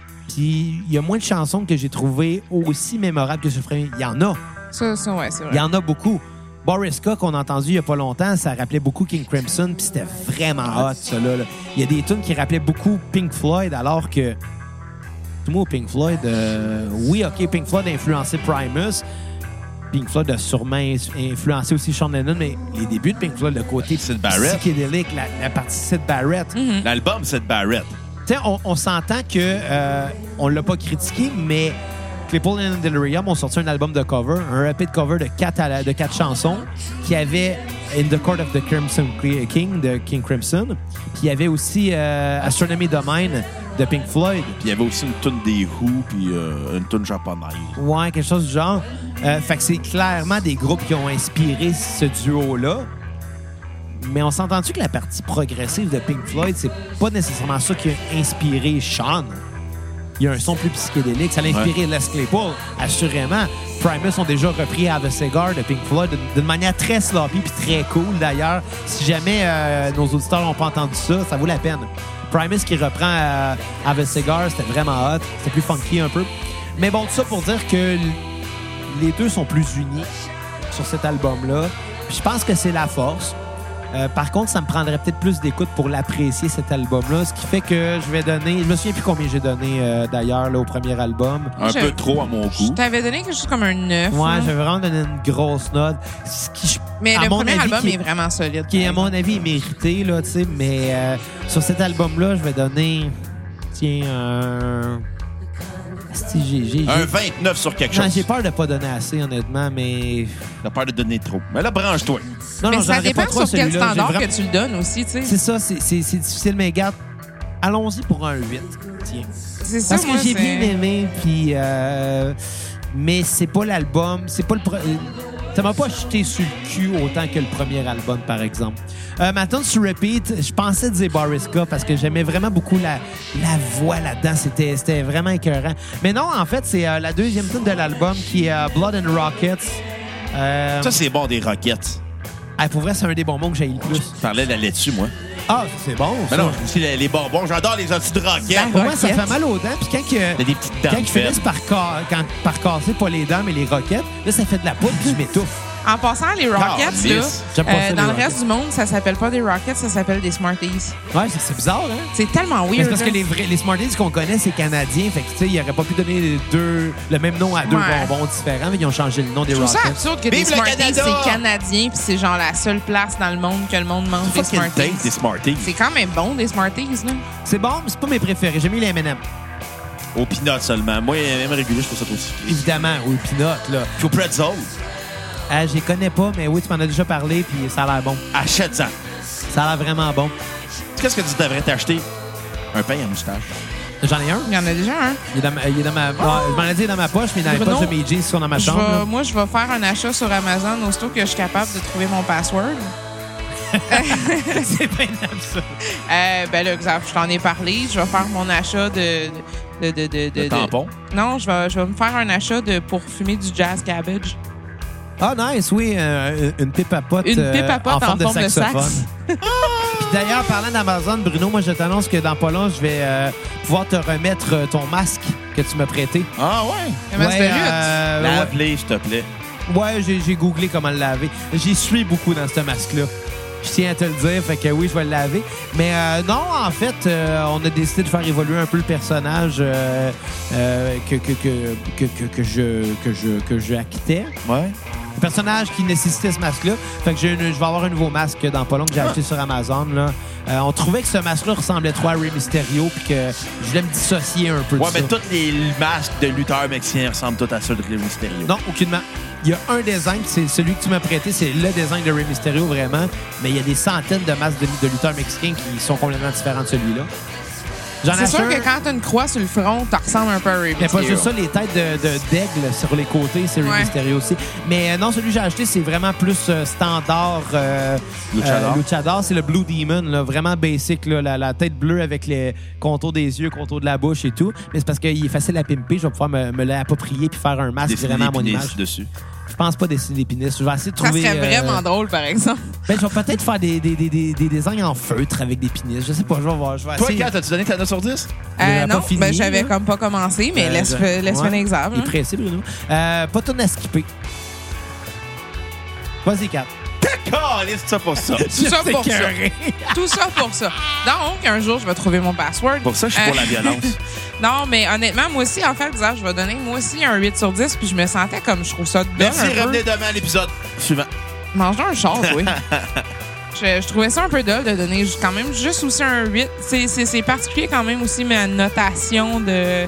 Puis il y a moins de chansons que j'ai trouvées aussi mémorables que ce premier. Il y en a. Ça, ça ouais, c'est vrai. Il y en a beaucoup. Boris K, qu'on a entendu il y a pas longtemps, ça rappelait beaucoup King Crimson, puis c'était vraiment hot, ça, là. là. Il y a des tunes qui rappelaient beaucoup Pink Floyd, alors que... Tout le monde, Pink Floyd... euh, oui, OK, Pink Floyd a influencé Primus. Pink Floyd a sûrement ins- influencé aussi Sean Lennon, mais les débuts de Pink Floyd, le côté Syd Barrett. psychédélique, la, la partie Syd Barrett... Mhm. L'album, c'est de Barrett. Tu sais, on, on s'entend que euh, on l'a pas critiqué, mais Claypool and Delirium ont sorti un album de cover, un E P de cover de quatre, à la- de quatre chansons qui avait In the Court of the Crimson King de King Crimson. Puis il y avait aussi euh, Astronomy Domain de Pink Floyd. Puis il y avait aussi une toune des Who, puis euh, une toune japonaise. Ouais, quelque chose du genre. Euh, fait que c'est clairement des groupes qui ont inspiré ce duo-là. Mais on s'entend-tu que la partie progressive de Pink Floyd, c'est pas nécessairement ça qui a inspiré Sean? Il y a un son plus psychédélique. Ça l'a inspiré Les Claypool, assurément. Primus ont déjà repris Have a Cigar de Pink Floyd d'une- d'une manière très sloppy puis très cool, d'ailleurs. Si jamais euh, nos auditeurs n'ont pas entendu ça, ça vaut la peine. Primus qui reprend euh, Have a Cigar, c'était vraiment hot. C'était plus funky un peu. Mais bon, tout ça pour dire que l- les deux sont plus unis sur cet album-là. Puis je pense que c'est la force. Euh, par contre, ça me prendrait peut-être plus d'écoute pour l'apprécier, cet album-là. Ce qui fait que je vais donner... Je me souviens plus combien j'ai donné, euh, d'ailleurs, là, au premier album. Un Je- peu trop à mon Je goût. t'avais donné quelque chose comme un neuf. Ouais, là. j'avais vraiment donné une grosse note. Ce qui, je- Mais à le mon premier avis, album qui- est vraiment solide. qui, à mon avis, est mérité, là, tu sais. Mais euh, sur cet album-là, je vais donner... Tiens, un... Asti, j'ai- j'ai- j'ai- Un vingt-neuf sur quelque Non, chose. j'ai peur de pas donner assez, honnêtement, mais... T'as peur de donner trop. Mais là, branche-toi. Non, Mais non, ça j'en ai pas dépend trop, sur quel celui-là. J'ai standard vraiment- que tu le donnes aussi, tu sais. C'est ça, c'est c'est- c'est difficile, mais regarde, allons-y pour un huit. Tiens. C'est ça, Parce que moi, j'ai c'est- bien aimé, puis... euh, mais c'est pas l'album, c'est pas le... pro- Ça m'a pas jeté sur le cul autant que le premier album, par exemple. Euh, ma tune sur repeat, je pensais dire Boris K parce que j'aimais vraiment beaucoup la, la voix là-dedans. C'était c'était vraiment écœurant. Mais non, en fait, c'est euh, la deuxième tune de l'album qui est euh, Blood and Rockets. Euh, Ça, c'est bon, des roquettes. ah, pour vrai, c'est un des bonbons que j'ai le plus. Je parlais de la laitue, moi. Ah, c'est bon, Mais ça. non, je dis les, les bonbons. J'adore les petits de roquettes. Pour moi, ça Roquettes. fait mal aux dents. Puis quand, que, Il y a des petites dents quand ils faibles. finissent par, ca- quand- par casser pas les dents, mais les roquettes, là, ça fait de la poudre puis je m'étouffe. En passant, les Rockets, là, Calisse. J'aime pas euh, ça, dans les le Rockets. reste du monde, ça s'appelle pas des Rockets, ça s'appelle des Smarties. Ouais, c'est- c'est bizarre, hein? C'est tellement Mais weird. c'est parce que là. les, vrais, les Smarties qu'on connaît, c'est canadien. Fait que, tu sais, ils auraient pas pu donner les deux, le même nom à deux Ouais. bonbons différents, mais ils ont changé le nom des Je trouve ça Rockets. absurde que Vive des le Smarties, Canada! c'est canadien, puis c'est genre la seule place dans le monde que le monde mange des Fucking Smarties. taste des Smarties. C'est quand même bon, des Smarties, là. C'est bon, mais c'est pas mes préférés. J'ai mis les M and M. Au peanut seulement. Moi, même régulier, je trouve ça trop sucré. Évidemment, oui, peanut, là. Puis au pretzel. Euh, je les connais pas, mais oui, tu m'en as déjà parlé, puis ça a l'air bon. Achète-en. Ça a l'air vraiment bon. Qu'est-ce que tu devrais t'acheter? Un pain à moustache. J'en ai un. Il y en a déjà un. Il est dans ma, il est dans ma, non, je m'en ai dit dans ma poche, mais dans les Bruno, poches de mes jeans qui sont dans ma Je chambre. vais- là. moi, je vais faire un achat sur Amazon aussitôt que je suis capable de trouver mon password. C'est bien ça. Euh, ben là, exemple, je t'en ai parlé. Je vais faire mon achat de... de, de, de, de- Le de- tampon. Non, je vais, je vais me faire un achat de, pour fumer du jazz cabbage. Ah, nice, oui, euh, une pipe à pote. Une euh, pipe à pote en forme en forme de saxophone. sax. Puis d'ailleurs, parlant d'Amazon, Bruno, moi, je t'annonce que dans pas long, je vais euh, pouvoir te remettre euh, ton masque que tu m'as prêté. Ah ouais? Un masque de lutte. euh, ouais, Lave-les, s'il te plaît. ouais, j'ai, j'ai googlé comment le laver. J'y suis beaucoup dans ce masque-là. Je tiens à te le dire, fait que oui, je vais le laver. Mais euh, non, en fait, euh, on a décidé de faire évoluer un peu le personnage euh, euh, que, que, que, que, que, que je, que, je, que je acquittais. Ouais. Le personnage qui nécessitait ce masque-là. Fait que j'ai une- je vais avoir un nouveau masque dans pas long que j'ai acheté sur Amazon. Là. Euh, on trouvait que ce masque-là ressemblait trop à Rey Mysterio puis que je voulais me dissocier un peu de Ouais, ça. mais tous les masques de lutteurs mexicains ressemblent tous à ceux de Rey Mysterio. Non, aucunement. Il y a un design, c'est celui que tu m'as prêté, c'est le design de Rey Mysterio, vraiment. Mais il y a des centaines de masques de, de lutteurs mexicains qui sont complètement différents de celui-là. J'en C'est sûr achète que quand t'as une croix sur le front, t'en ressembles un peu à Rey Il n'y a pas Mysterio. juste ça, les têtes de, de, d'aigle sur les côtés, c'est Rey Ouais. Mysterio aussi. Mais euh, non, celui que j'ai acheté, c'est vraiment plus euh, standard. Euh, Luchador. euh, Luchador, c'est le Blue Demon, là, vraiment basic, là, la, la tête bleue avec les contours des yeux, contours de la bouche et tout. Mais c'est parce qu'il est facile à pimper, je vais pouvoir me, me l'approprier puis faire un masque Dessiner vraiment à mon des image. pénis dessus. Je pense pas dessiner des pénis. Je vais essayer de Ça trouver. serait euh, vraiment drôle, par exemple. Ben, je vais peut-être faire des, des, des, des, des designs en feutre avec des pénis. Je sais pas, je vais voir. Je vais Toi, essayer. Kat, as-tu donné ta note sur dix? Il Euh, avait non, pas fini, ben, j'avais là. comme pas commencé, mais Euh, laisse, je- laisse ouais. un exemple. Il est pressé, Bruno. Euh, pas tout à skipper. Vas-y, Kat. Calisse, ça pour ça. Tout ça Je pour t'ai ça. écœuré. Tout ça pour ça. Donc, un jour, je vais trouver mon password. Pour ça, je suis pour Euh, la violence. Non, mais honnêtement, moi aussi, en fait, disant, je vais donner moi aussi un huit sur dix, puis je me sentais comme je trouve ça dedans. Merci, un peu. revenez demain à l'épisode suivant. Mange un char, oui. je, je trouvais ça un peu dull de donner quand même juste aussi un huit. C'est, c'est, c'est particulier quand même aussi ma notation de...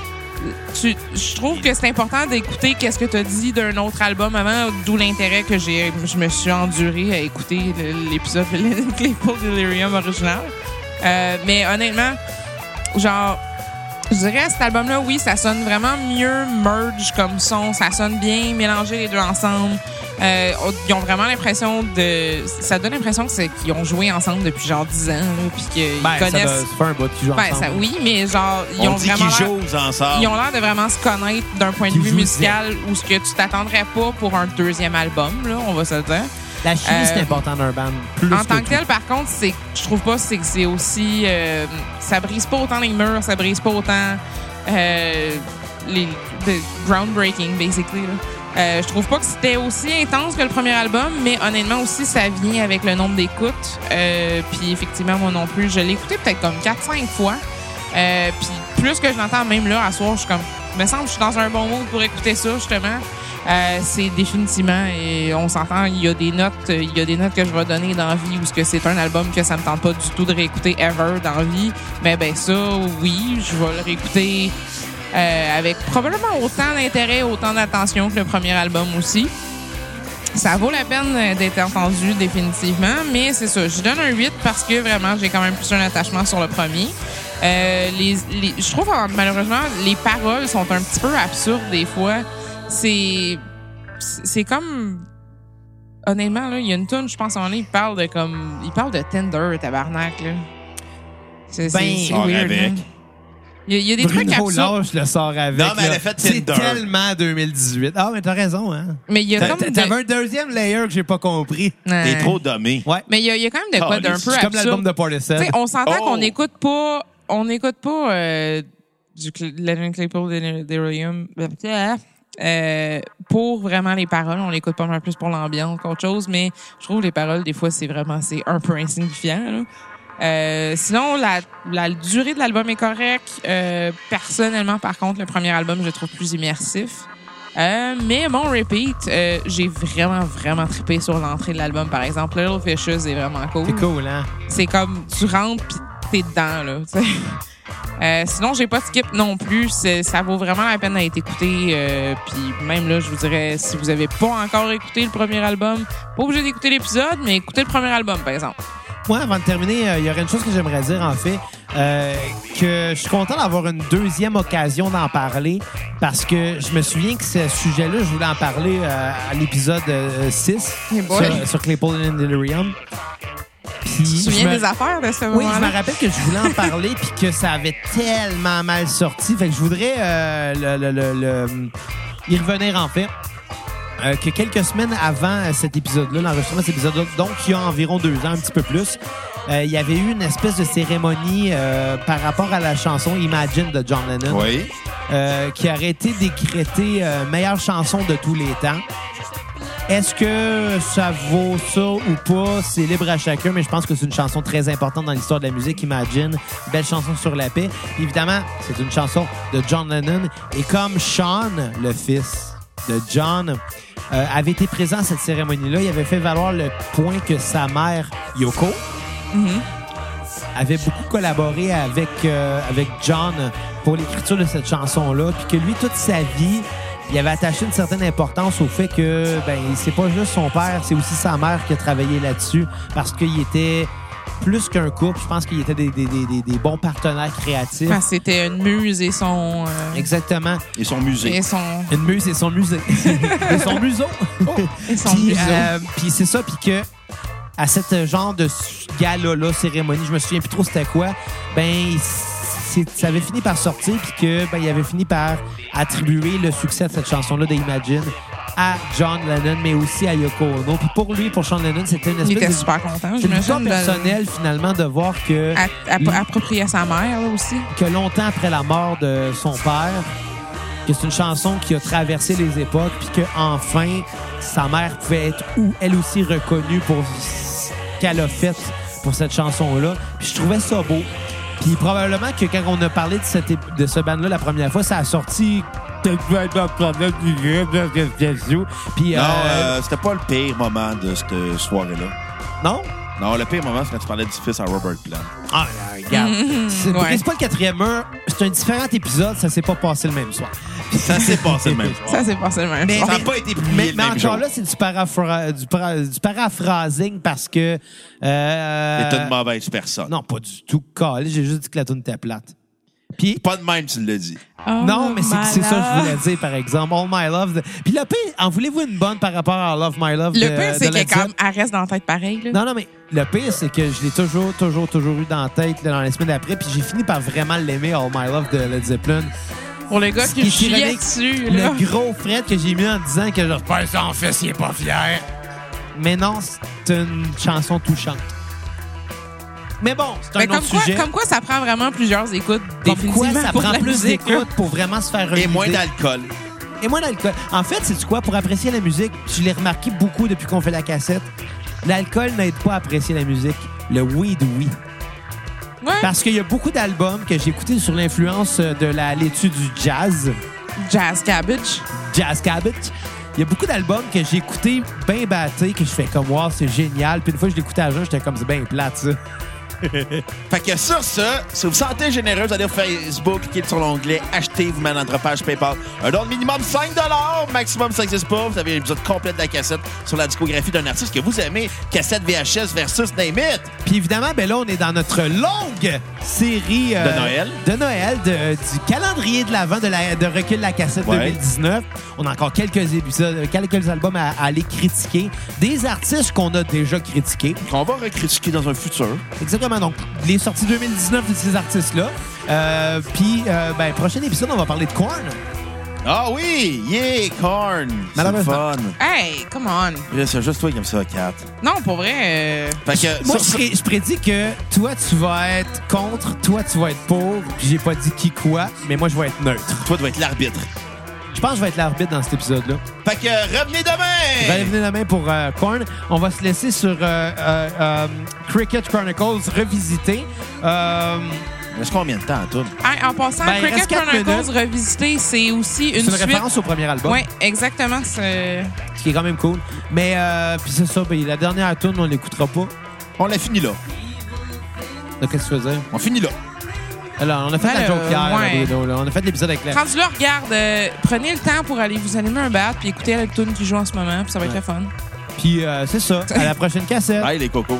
Tu, je trouve que c'est important d'écouter qu'est-ce que tu as dit d'un autre album avant, d'où l'intérêt que j'ai, je me suis enduré à écouter le- l'épisode de Lennon Claypool Delirium original. Euh, mais honnêtement, genre... Je dirais, cet album-là, oui, ça sonne vraiment mieux merge comme son. Ça sonne bien, mélanger les deux ensemble. Euh, ils ont vraiment l'impression de... Ça donne l'impression que c'est qu'ils ont joué ensemble depuis genre dix ans, là, puis qu'ils Ben, ça, connaissent... doit- ça fait un bout qu'ils jouent Ben, ensemble. ça, oui, mais genre, ils On ont dit vraiment qu'ils l'air... jouent ensemble. Ils ont l'air de vraiment se connaître d'un point de Qu'ils vue jouent musical où ce que tu t'attendrais pas pour un deuxième album, là, on va se le dire. La chimie, Euh, c'est important d'un band. Plus En que tant que tout. tel, par contre, c'est, je trouve pas c'est que c'est aussi... euh, ça brise pas autant les murs, ça brise pas autant euh, les the groundbreaking, basically. Là. Euh, je trouve pas que c'était aussi intense que le premier album, mais honnêtement aussi, ça vient avec le nombre d'écoutes. Euh, puis effectivement, moi non plus, je l'ai écouté peut-être comme quatre cinq fois. Euh, puis plus que je l'entends, même là, à soir, je suis comme... Il me semble que je suis dans un bon mood pour écouter ça, justement. Euh, c'est définitivement, et on s'entend, il y a des notes, il y a des notes que je vais donner dans la vie, ou ce que c'est un album que ça me tente pas du tout de réécouter ever dans la vie. Mais ben ça, oui, je vais le réécouter euh, avec probablement autant d'intérêt, autant d'attention que le premier album aussi. Ça vaut la peine d'être entendu définitivement, mais c'est ça, je donne un huit parce que vraiment, j'ai quand même plus un attachement sur le premier. Euh, les, les, je trouve, malheureusement, les paroles sont un petit peu absurdes des fois. C'est c'est comme... Honnêtement, là, il y a une toune, je pense, en il parle de comme... Il parle de Tinder, tabarnak, là. C'est c'est- Ben, c'est sort weird, avec. là. Il y a, il y a des trucs Bruno absurdes. Lage le sort avec. Non, mais elle là. a fait C'est Tinder. tellement deux mille dix-huit. Ah, mais t'as raison, hein. Mais il y a T'a- comme... t'a- de- T'avais un deuxième layer que j'ai pas compris. Ouais. T'es trop dommé. Ouais. Mais il y, a- il y a quand même de quoi Oh, d'un c'est peu C'est comme l'album absurde. de Portishead. Tu sais, on s'entend Oh! qu'on n'écoute pas, on n'écoute pas euh, du Cl- Lennon Claypool Delirium euh, pour vraiment les paroles. On l'écoute pas mal plus pour l'ambiance qu'autre chose, mais je trouve les paroles des fois c'est vraiment c'est un peu insignifiant. Là. Euh, sinon, la, la durée de l'album est correcte. Euh, personnellement, par contre, le premier album, je le trouve plus immersif. Euh, mais mon repeat, euh, j'ai vraiment, vraiment trippé sur l'entrée de l'album, par exemple. Little Fishes est vraiment cool. C'est cool, hein. C'est comme, tu rentres pis t'es dedans, là. Tu sais. Euh, sinon, j'ai pas de skip non plus. C'est, ça vaut vraiment la peine d'être écouté. Euh, Puis même là, je vous dirais, si vous avez pas encore écouté le premier album, pas obligé d'écouter l'épisode, mais écoutez le premier album, par exemple. Moi, avant de terminer, il euh, y aurait une chose que j'aimerais dire, en fait, euh, que je suis content d'avoir une deuxième occasion d'en parler parce que je me souviens que ce sujet-là, je voulais en parler euh, à l'épisode euh, six Hey boy. sur, sur Claypool and Delirium. Puis Tu te souviens je me- des affaires de ce Oui, je moment-là? me rappelle que je voulais en parler puis que ça avait tellement mal sorti. Fait que je voudrais euh, le, le, le, le- y revenir, en fait. Euh, que quelques semaines avant cet épisode-là, l'enregistrement de cet épisode-là, donc il y a environ deux ans, un petit peu plus, euh, il y avait eu une espèce de cérémonie euh, par rapport à la chanson Imagine de John Lennon, Oui. euh, qui aurait été décrétée euh, meilleure chanson de tous les temps. Est-ce que ça vaut ça ou pas? C'est libre à chacun, mais je pense que c'est une chanson très importante dans l'histoire de la musique. Imagine, belle chanson sur la paix. Évidemment, c'est une chanson de John Lennon. Et comme Sean, le fils de John, euh, avait été présent à cette cérémonie-là, il avait fait valoir le point que sa mère, Yoko, Mhm. avait beaucoup collaboré avec, euh, avec John pour l'écriture de cette chanson-là, puis que lui, toute sa vie, il avait attaché une certaine importance au fait que ben c'est pas juste son père, c'est aussi sa mère qui a travaillé là-dessus, parce qu'il était plus qu'un couple. Je pense qu'il était des, des, des, des- des bons partenaires créatifs. Enfin, c'était une muse et son... euh, Exactement. Et son musée. et son... Une muse et son musée. et son museau. Et son Puis, museau. euh, puis c'est ça, puis que à cette genre de gala-là, cérémonie, je me souviens plus trop c'était quoi, ben c'est- ça avait fini par sortir, puis que ben il avait fini par attribuer le succès de cette chanson-là d'Imagine à John Lennon, mais aussi à Yoko Ono. Puis pour lui, pour Sean Lennon, c'était une Il était espèce de... super content, C'est une histoire j'imagine. de- personnelle, finalement, de voir que, à- à- approprié à sa mère, là, aussi. que longtemps après la mort de son père, que c'est une chanson qui a traversé les époques, puis qu'enfin, sa mère pouvait être ou elle aussi reconnue pour ce qu'elle a fait pour cette chanson-là. Puis je trouvais ça beau. Puis probablement que quand on a parlé de, cette, ép- de ce band-là la première fois, ça a sorti... Puis, Non, euh, euh, c'était pas le pire moment de cette soirée-là. non? Non, le pire moment, c'est quand tu parlais du fils à Robert Plant. Ah, regarde. C'est Ouais. c'est pas le quatrième mur. C'est un différent épisode. Ça s'est pas passé le même soir. Ça s'est passé le même soir. Ça, c'est passé le même Mais- soir. Ça n'a pas été publié Mais, le mais même encore jour. là, c'est du, paraphra- du, para- du paraphrasing parce que... Euh, T'es une mauvaise personne. Non, pas du tout. Calé, j'ai juste dit que la tune était plate. Puis... Pas de même, tu l'as dit. Oh, non, mais c'est c'est ça que je malade. voulais dire, par exemple. All My Love. de- Puis le pire, en voulez-vous une bonne par rapport à Love My Love? Le de- pire, de c'est Led qu'elle Zepp? comme, elle reste dans la tête pareil. Là. Non, non, mais le pire, c'est que je l'ai toujours, toujours, toujours eu dans la tête là, dans les semaines d'après. Puis j'ai fini par vraiment l'aimer, All My Love de Led Zeppelin. Pour le gars Ce qui qui est chiait ironique, dessus. Là. Le gros fret que j'ai mis en disant que je perds ça en fesse, il est pas fier. Mais non, c'est une chanson touchante. Mais bon, c'est un Ben, autre comme, quoi, sujet. comme quoi, ça prend vraiment plusieurs écoutes. Comme quoi, définitivement, ça pour prend la plus musique, là. d'écoute pour vraiment se faire une Et moins idée. d'alcool. Et moins d'alcool. En fait, c'est quoi? Pour apprécier la musique, je l'ai remarqué beaucoup depuis qu'on fait la cassette, l'alcool n'aide pas à apprécier la musique. Le weed, oui. Ouais. Parce qu'il y a beaucoup d'albums que j'ai écoutés sur l'influence de la laitue du jazz. Jazz Cabbage. Jazz Cabbage. Il y a beaucoup d'albums que j'ai écoutés bien battés, que je fais comme, wow, c'est génial. Puis une fois que je l'écoutais à jeun, j'étais comme, c'est bien plate, ça. Fait que sur ça, si vous vous sentez généreux, vous allez sur Facebook, cliquez sur l'onglet Acheter, vous mettez dans notre page PayPal. Un don de minimum cinq dollars, maximum ça n'existe pas. Vous avez un épisode complet de la cassette sur la discographie d'un artiste que vous aimez. Cassette V H S versus Name It. Puis évidemment, ben là, on est dans notre longue série euh, De Noël. de Noël, de- du calendrier de l'Avent de, la, de Recul de la cassette Ouais. deux mille dix-neuf. On a encore quelques épisodes, quelques albums à, à aller critiquer. Des artistes qu'on a déjà critiqués. Qu'on va recritiquer dans un futur. Exactement. Donc, les sorties deux mille dix-neuf de ces artistes-là. Euh, Puis, euh, ben, prochain épisode, on va parler de Korn. Ah oui! Yeah, Korn! C'est le Malheureusement. fun. Hey, come on. Là, c'est juste toi qui aimes ça, Kat. Non, pour vrai. euh, Fait que, Moi, sur- je, pré- je prédis que toi, tu vas être contre, toi, tu vas être pour. Puis, j'ai pas dit qui quoi, mais moi, je vais être neutre. toi, tu vas être l'arbitre. Je pense que je vais être l'arbitre dans cet épisode-là. Fait que, revenez demain! Revenez demain pour euh, Korn. On va se laisser sur euh, euh, euh, Cricket Chronicles revisité. Euh, Reste combien de temps, à tout? hey, en passant, Ben, il Cricket reste quatre Chronicles minutes. revisité, c'est aussi une c'est une suite. référence au premier album, Oui, exactement. c'est- ce qui est quand même cool. Mais euh, puis c'est ça, ben, la dernière tune, on l'écoutera pas. On l'a fini là. Donc, qu'est-ce que tu veux dire? On finit là. Alors, on a fait Ben, la joke euh, hier, là, ouais. Bruno. Là. On a fait l'épisode avec la... Rendu là, regarde, euh, prenez le temps pour aller vous allumer un bat puis écouter la tune qui joue en ce moment, puis ça va être Ouais. le fun. Puis euh, c'est ça. À la prochaine cassette. Bye, les cocos.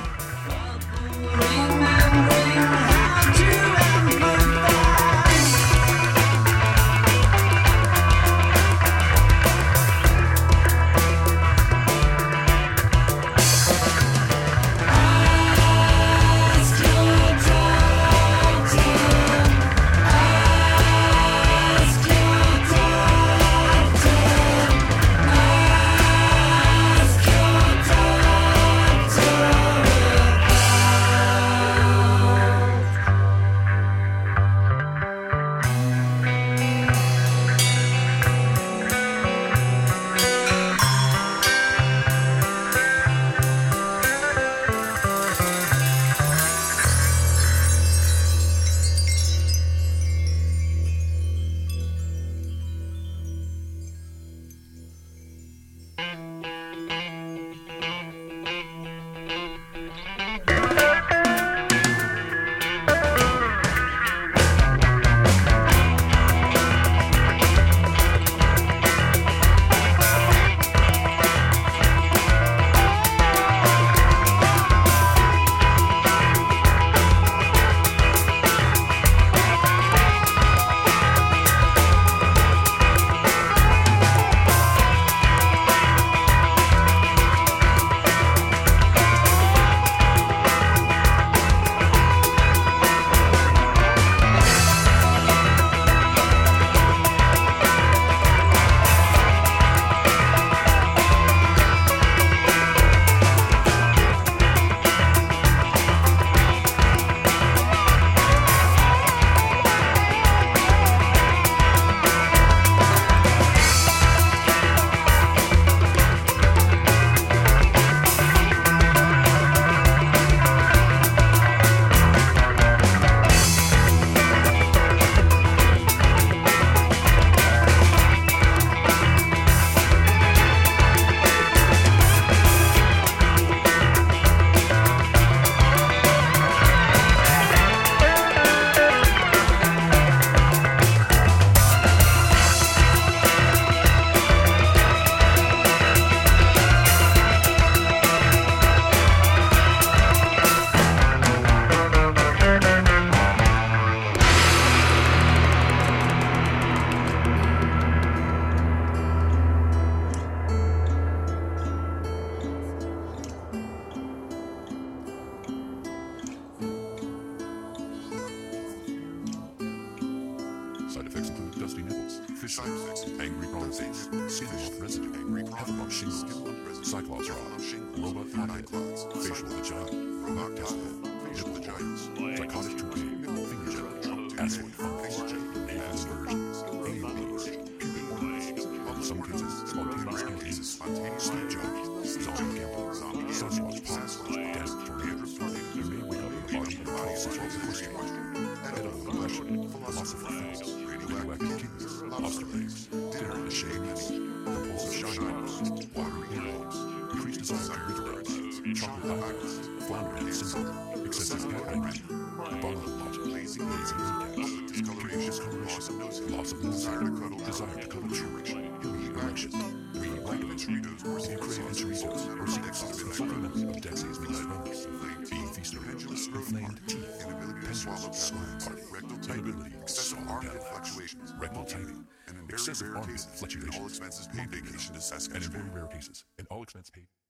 Side effects include dusty nipples, fish eyes, angry prawn face, skin off residue, Heffalump shingles, cyclops rod, robot eyelids, facial vagina, robot testicle, nipple vaginas, psychotic toupee, finger gel, acid fungus, nasal versions, anal beads, pubic hormones, some cases spontaneous cases, sleep jobs, zombie gambling, Sasquatch pops, death tornadoes. You may wake up in a body that calls itself a question mark. Edible depression, philosopher films, radioactive kidneys, lobster legs, dinner in a shade nest, compulsive shyness, watery earlobes, increased desire for river rides, chocolate eyes, flounder head syndrome, excessive cat energy, abominable logic, lazy, lazy kneecaps, discoloration, loss of desire to cuddle, desire to cuddle children, healing erection, reading vitamins, or craving Doritos, or secret sauce, supplement of Dexy's midnight runners, being feasted on inflamed teeth, pendulous swine party, inability to swallow down, fluctuations, rectal tightening, excessive armpit fluctuations, mood vacation, and in very rare cases, an all expense paid.